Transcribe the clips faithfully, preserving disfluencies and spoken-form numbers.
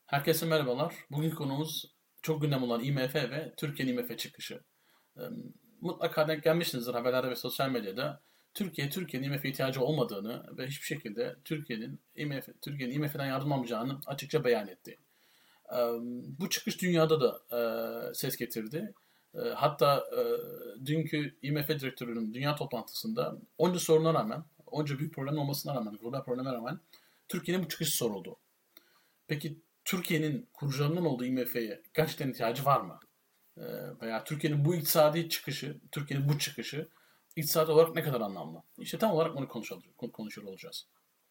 Herkese merhabalar. Bugün konumuz çok gündem olan I M F ve Türkiye'nin I M F çıkışı. Ee, Mutlaka denk gelmişsinizdir haberlerde ve sosyal medyada. Türkiye, Türkiye'nin I M F ihtiyacı olmadığını ve hiçbir şekilde Türkiye'nin I M F, Türkiye'nin I M F'den yardım almayacağını açıkça beyan etti. Ee, Bu çıkış dünyada da e, ses getirdi. E, Hatta e, dünkü I M F direktörünün dünya toplantısında onca soruna rağmen, onca büyük problem olmasına rağmen, global probleme rağmen Türkiye'nin bu çıkışı soruldu. Peki Türkiye'nin kurucularından olduğu I M F'ye gerçekten ihtiyacı var mı? Ee, Veya Türkiye'nin bu iktisadi çıkışı, Türkiye'nin bu çıkışı iktisadi olarak ne kadar anlamlı? İşte tam olarak bunu konuşalım, konuşuyor olacağız.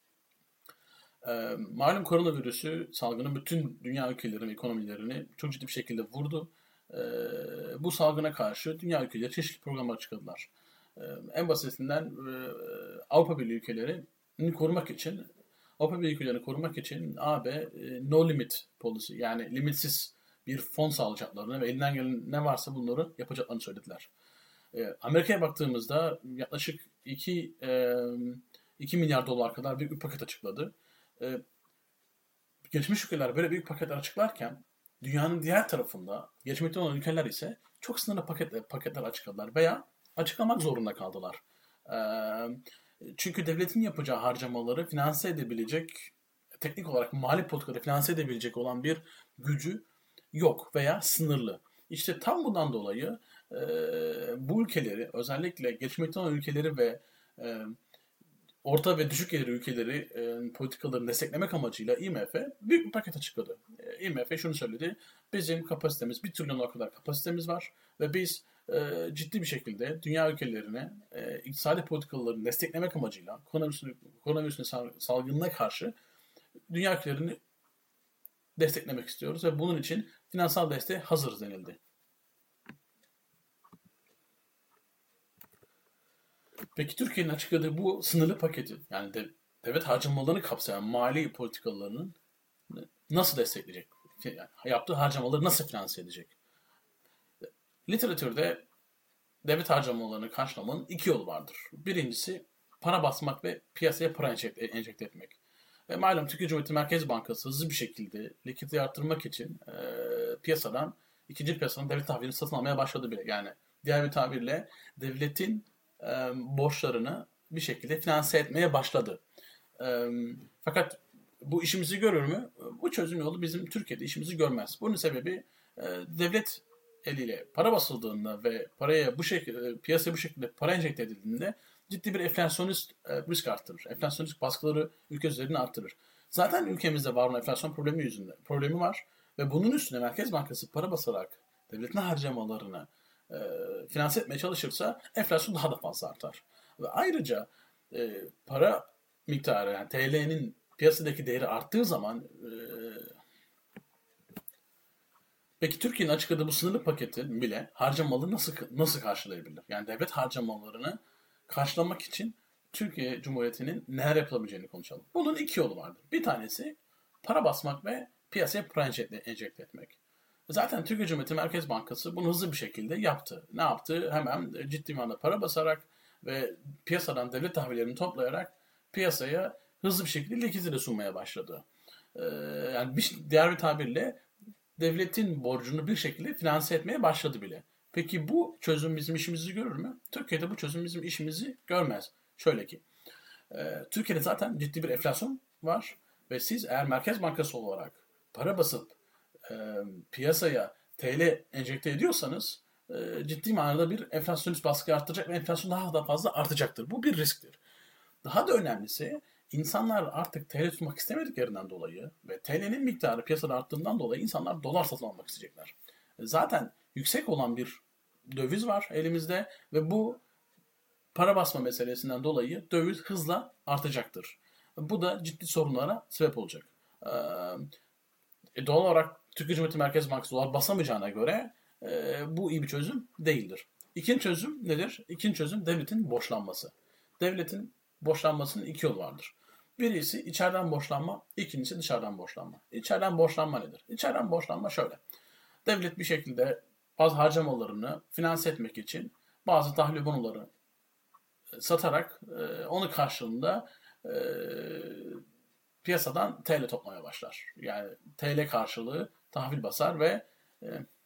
Ee, malum koronavirüsü salgını bütün dünya ülkelerinin ekonomilerini çok ciddi bir şekilde vurdu. Ee, Bu salgına karşı dünya ülkeleri çeşitli programlar çıkardılar. Ee, En basitinden e, Avrupa Birliği ülkelerini korumak için Avrupa Birliği ülkelerini korumak için A B e, no limit policy yani limitsiz bir fon sağlayacaklarını ve elinden gelen ne varsa bunları yapacaklarını söylediler. E, Amerika'ya baktığımızda yaklaşık iki e, iki milyar dolar kadar büyük bir paket açıkladı. E, Gelişmiş ülkeler böyle büyük paketler açıklarken dünyanın diğer tarafında gelişmekte olan ülkeler ise çok sınırlı paketler, paketler açıkladılar veya açıklamak zorunda kaldılar. E, Çünkü devletin yapacağı harcamaları finanse edebilecek, teknik olarak mali politikada finanse edebilecek olan bir gücü yok veya sınırlı. İşte tam bundan dolayı e, bu ülkeleri, özellikle gelişmekte olan ülkeleri ve e, orta ve düşük gelirli ülkeleri e, politikalarını desteklemek amacıyla I M F büyük bir paket açıkladı. E, I M F şunu söyledi: bizim kapasitemiz, bir trilyon kadar kapasitemiz var ve biz e, ciddi bir şekilde dünya ülkelerine e, iktisadi politikalarını desteklemek amacıyla koronavirüsün, koronavirüsün salgınına karşı dünya ülkelerini desteklemek istiyoruz ve bunun için finansal desteğe hazırız denildi. Peki Türkiye'nin açıkladığı bu sınırlı paketi, yani de, devlet harcamalarını kapsayan mali politikalarının nasıl destekleyecek? Yani yaptığı harcamaları nasıl finanse edecek? Literatürde devlet harcamalarını karşılamanın iki yolu vardır. Birincisi para basmak ve piyasaya para enjekte, enjekte etmek. Ve malum Türkiye Cumhuriyeti Merkez Bankası hızlı bir şekilde likidite arttırmak için e, piyasadan, ikinci piyasadan devlet tahvilini satın almaya başladı bile. Yani diğer bir tabirle devletin e, borçlarını bir şekilde finanse etmeye başladı. E, Fakat bu işimizi görür mü? Bu çözüm yolu bizim Türkiye'de işimizi görmez. Bunun sebebi e, devlet eliyle para basıldığında ve paraya bu şekilde, piyasaya bu şekilde para enjekte edildiğinde ciddi bir enflasyonist e, risk artırır. Enflasyonist baskıları ülke üzerine artırır. Zaten ülkemizde var olan enflasyon problemi yüzünde problemi var ve bunun üstüne Merkez Bankası para basarak devletin harcamalarını e, finanse etmeye çalışırsa enflasyon daha da fazla artar. Ve ayrıca e, para miktarı, yani T L'nin piyasadaki değeri arttığı zaman e, peki Türkiye'nin açıkladığı bu sınırlı paketin bile harcamaları nasıl nasıl karşılayabilir? Yani devlet harcamalarını karşılamak için Türkiye Cumhuriyeti'nin neler yapılabileceğini konuşalım. Bunun iki yolu vardır. Bir tanesi para basmak ve piyasaya para enjekte, enjekte etmek. Zaten Türkiye Cumhuriyeti Merkez Bankası bunu hızlı bir şekilde yaptı. Ne yaptı? Hemen ciddi manada para basarak ve piyasadan devlet tahvillerini toplayarak piyasaya hızlı bir şekilde likidite sunmaya başladı. Ee, Yani bir, diğer bir tabirle devletin borcunu bir şekilde finanse etmeye başladı bile. Peki bu çözüm bizim işimizi görür mü? Türkiye'de bu çözüm bizim işimizi görmez. Şöyle ki, e, Türkiye'de zaten ciddi bir enflasyon var ve siz eğer Merkez Bankası olarak para basıp e, piyasaya T L enjekte ediyorsanız e, ciddi manada bir enflasyonist baskı artacak ve enflasyon daha da fazla artacaktır. Bu bir risktir. Daha da önemlisi, insanlar artık T L tutmak istemediklerinden dolayı ve T L'nin miktarı piyasada arttığından dolayı insanlar dolar satın almak isteyecekler. Zaten yüksek olan bir döviz var elimizde ve bu para basma meselesinden dolayı döviz hızla artacaktır. Bu da ciddi sorunlara sebep olacak. Ee, doğal olarak Türkiye Cumhuriyeti Merkez Bankası dolar basamayacağına göre e, bu iyi bir çözüm değildir. İkinci çözüm nedir? İkinci çözüm devletin borçlanması. Devletin borçlanmasının iki yolu vardır. Birisi içeriden borçlanma, ikincisi dışarıdan borçlanma. İçeriden borçlanma nedir? İçeriden borçlanma şöyle: devlet bir şekilde bazı harcamalarını finanse etmek için bazı tahvil bonoları satarak e, onun karşılığında e, piyasadan T L toplamaya başlar. Yani T L karşılığı tahvil basar ve e,